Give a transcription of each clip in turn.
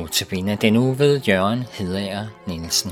Notabene den uge ved Jørgen Hedeager Nielsen.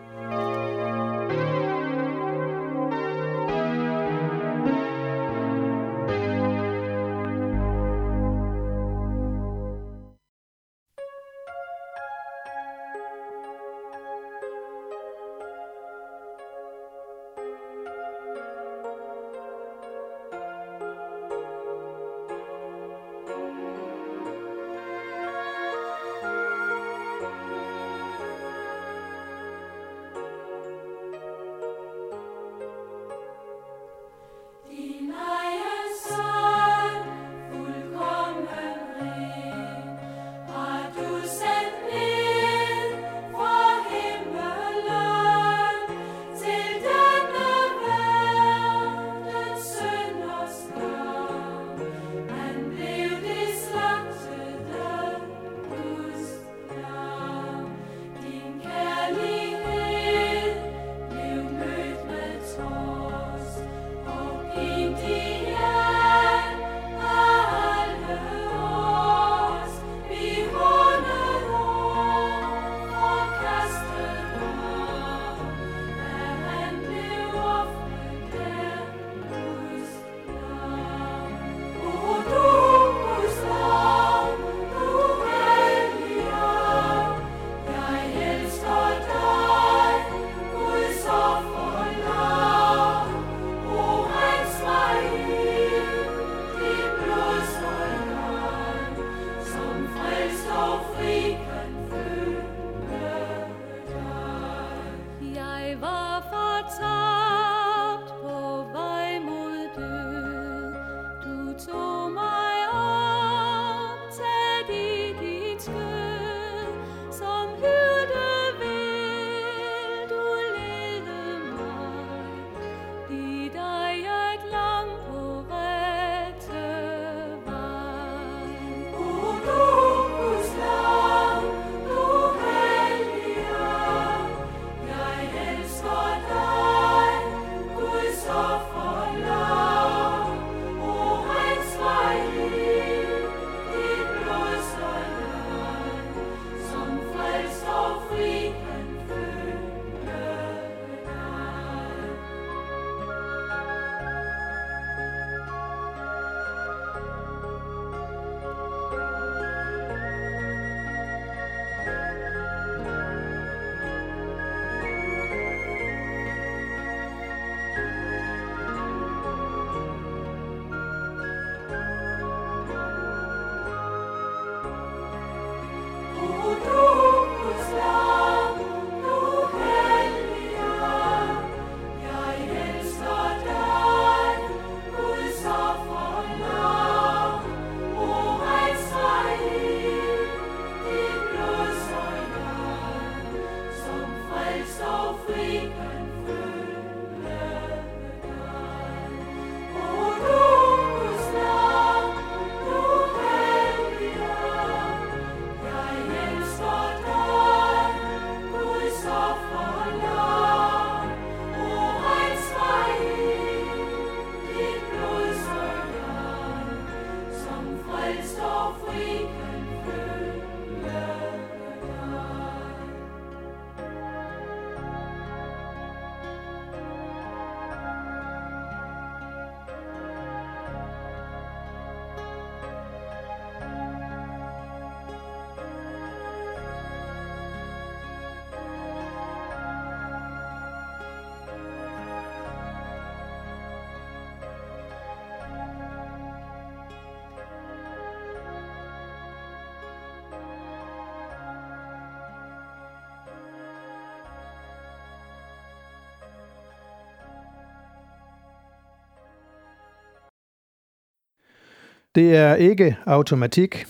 Det er ikke automatik.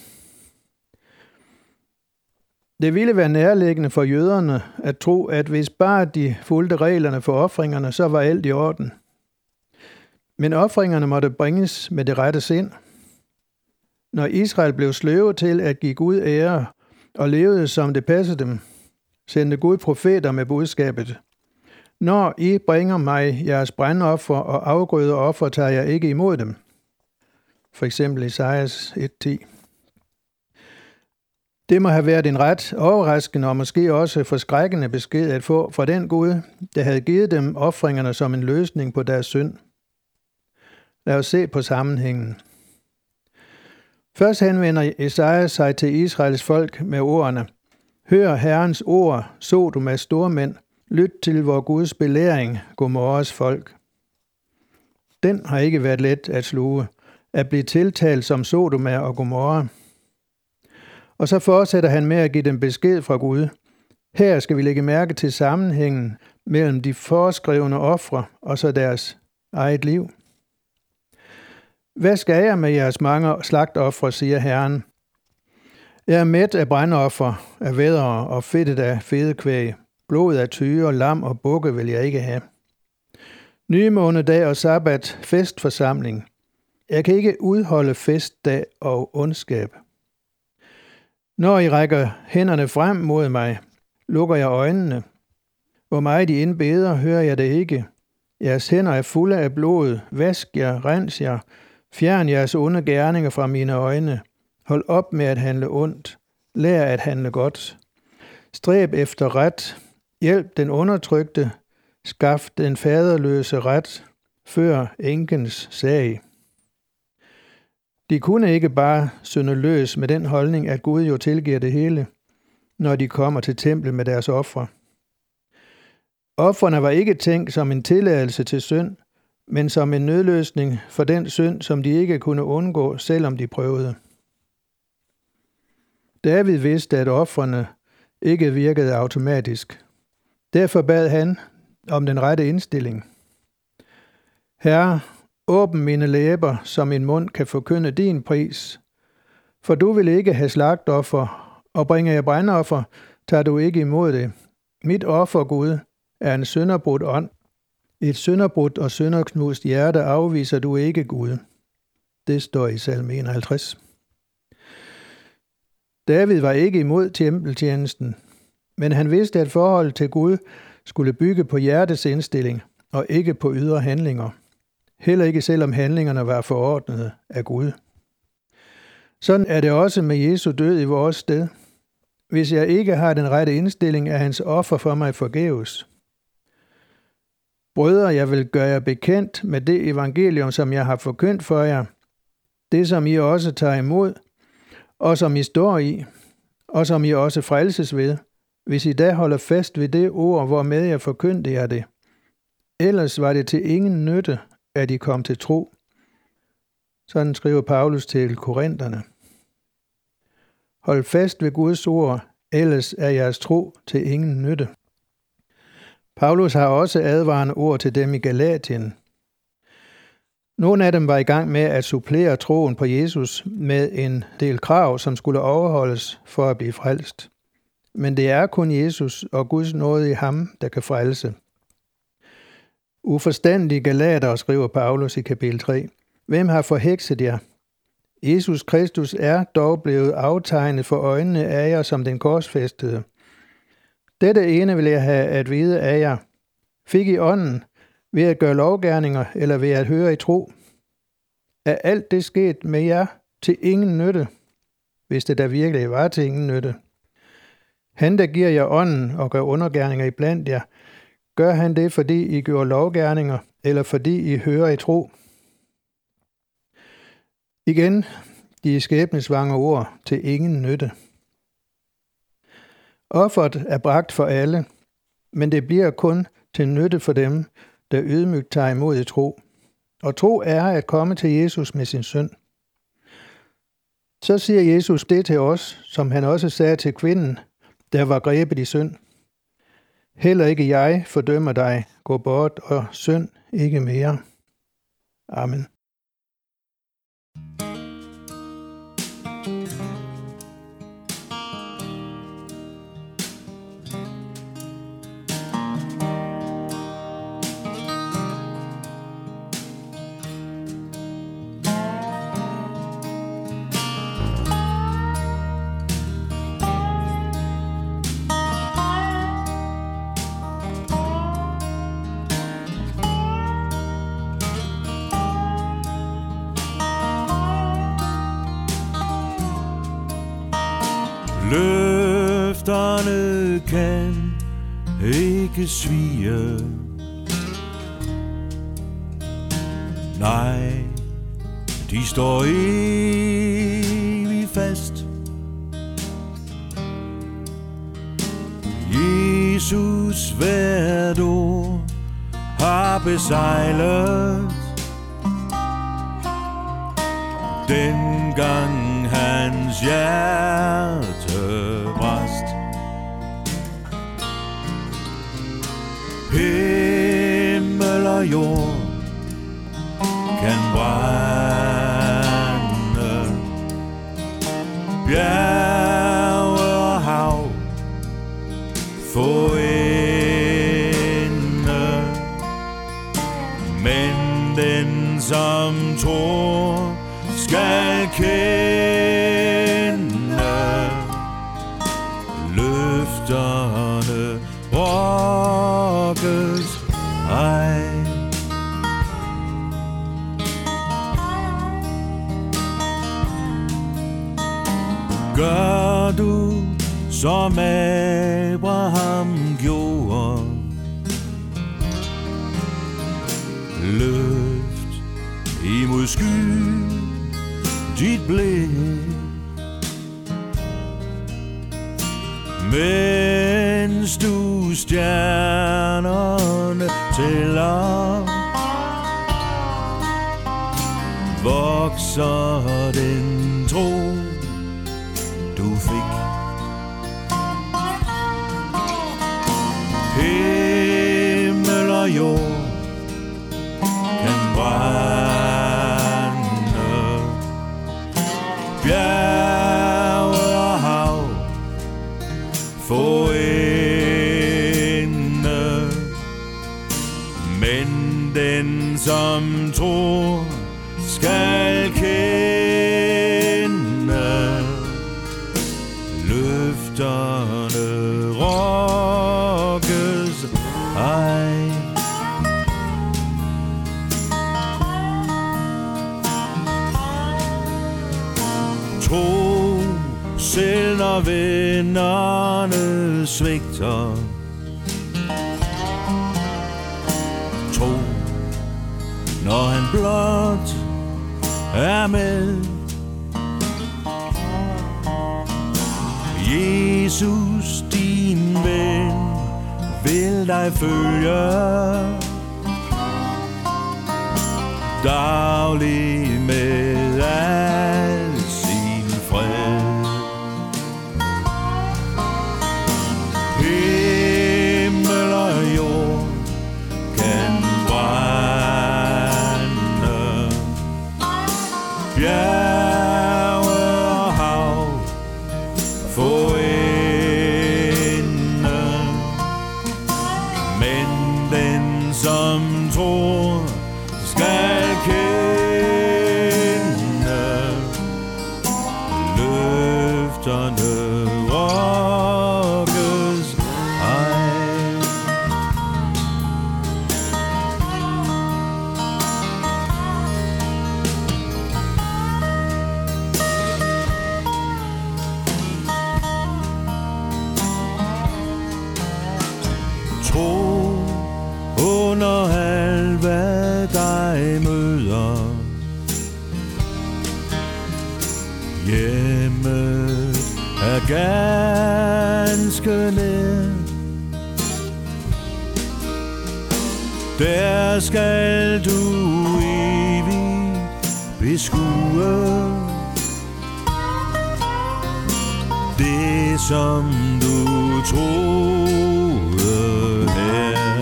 Det ville være nærliggende for jøderne at tro, at hvis bare de fulgte reglerne for ofringerne, så var alt i orden. Men ofringerne måtte bringes med det rette sind. Når Israel blev sløve til at give Gud ære og levede som det passede dem, sendte Gud profeter med budskabet: Når I bringer mig jeres brandoffer og afgrødeoffer, tager jeg ikke imod dem. For eksempel Esajas 1:10. Det må have været en ret overraskende og måske også forskrækkende besked at få fra den Gud, der havde givet dem ofringerne som en løsning på deres synd. Lad os se på sammenhængen. Først henvender Esajas sig til Israels folk med ordene: Hør Herrens ord, Sodomas stormænd, lyt til vor Guds belæring, Gomorras folk. Den har ikke været let at sluge, at blive tiltalt som Sodoma og Gomorra. Og så fortsætter han med at give dem besked fra Gud. Her skal vi lægge mærke til sammenhængen mellem de foreskrevne ofre og så deres eget liv. Hvad skal jeg med jeres mange slagtofre, siger Herren. Jeg er mæt af brændoffer, af væddere og fedtet af fedekvæg. Blod af tyre, lam og bukke vil jeg ikke have. Nymånedag og sabbat, festforsamling. Jeg kan ikke udholde festdag og ondskab. Når I rækker hænderne frem mod mig, lukker jeg øjnene. Hvor meget I indbeder, hører jeg det ikke. Jeres hænder er fulde af blod. Vask jer, rens jer. Fjern jeres onde gerninger fra mine øjne. Hold op med at handle ondt. Lær at handle godt. Stræb efter ret. Hjælp den undertrykte. Skaf den faderløse ret. Før enkens sag. De kunne ikke bare synde løs med den holdning, at Gud jo tilgiver det hele, når de kommer til templet med deres ofre. Ofrene var ikke tænkt som en tilladelse til synd, men som en nødløsning for den synd, som de ikke kunne undgå, selvom de prøvede. David vidste, at ofrene ikke virkede automatisk. Derfor bad han om den rette indstilling. Herre, åbn mine læber, så min mund kan forkynde din pris. For du vil ikke have slagtoffer, og bringer jeg brændoffer, tager du ikke imod det. Mit offer, Gud, er en sønderbrudt ånd. Et sønderbrudt og sønderknust hjerte afviser du ikke, Gud. Det står i Salme 51. David var ikke imod tempeltjenesten, men han vidste, at forholdet til Gud skulle bygge på hjertets indstilling og ikke på ydre handlinger. Heller ikke selvom handlingerne var forordnet af Gud. Sådan er det også med Jesu død i vores sted. Hvis jeg ikke har den rette indstilling, er hans offer for mig forgæves. Brødre, jeg vil gøre jer bekendt med det evangelium, som jeg har forkyndt for jer. Det, som I også tager imod, og som I står i, og som I også frelses ved, hvis I da holder fast ved det ord, hvormed jeg forkyndte jer det. Ellers var det til ingen nytte, at I kom til tro. Sådan skriver Paulus til korinterne. Hold fast ved Guds ord, ellers er jeres tro til ingen nytte. Paulus har også advarende ord til dem i Galatien. Nogle af dem var i gang med at supplere troen på Jesus med en del krav, som skulle overholdes for at blive frelst. Men det er kun Jesus og Guds nåde i ham, der kan frelse. Uforstandige galatere, skriver Paulus i kapitel 3. Hvem har forhekset jer? Jesus Kristus er dog blevet aftegnet for øjnene af jer som den korsfæstede. Dette ene vil jeg have at vide af jer. Fik I ånden ved at gøre lovgerninger eller ved at høre i tro? Er alt det sket med jer til ingen nytte, hvis det da virkelig var til ingen nytte? Han, der giver jer ånden og gør undergerninger iblandt jer, gør han det, fordi I gjorde lovgerninger, eller fordi I hører i tro? Igen, de skæbnesvangre ord til ingen nytte. Offeret er bragt for alle, men det bliver kun til nytte for dem, der ydmygt tager imod i tro. Og tro er at komme til Jesus med sin synd. Så siger Jesus det til os, som han også sagde til kvinden, der var grebet i synd. Heller ikke jeg fordømmer dig. Gå bort og synd ikke mere. Amen. Løfterne kan ikke svige. Nej, de står evigt fast. Jesus hvert ord har besejlet. Dengang hans hjerte brast. Himmel og jord kan brænde, bjerge og hav få ende, men den som tror skal kende. Løfterne rokkes ej. Gør du som Abraham gjorde. Løft imod sky dit blik, mens du stjernerne tæller. Vokser den tro du fik. Himmel og jord kan brænde, bjerge og hav få ende, men den som tror skal kende. Løfterne rokkes ej. Tro selv når vennerne svigter. Tro når han blot er med. Jesus, din ven, vil dig følge daglig med al sin fred. Himmel og jord kan brænde, bjerge og hav få ende, men den som tror skal kende. Løfterne rokkes ej. Tro under alt hvad dig møder. Hjemmet er ganske nær. Der skal du evigt beskue det som du troede her.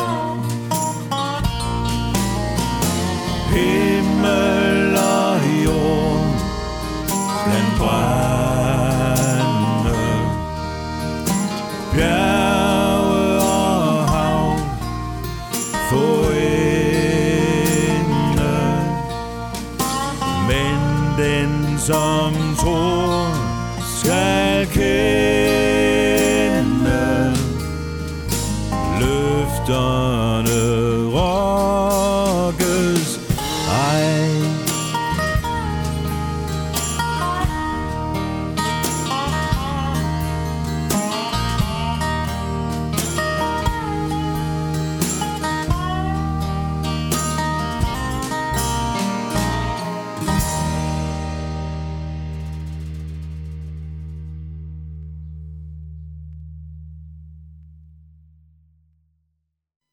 Himmel og jord kan brænde, bjerge og hav få ende, men den som tror skal kende. Løfter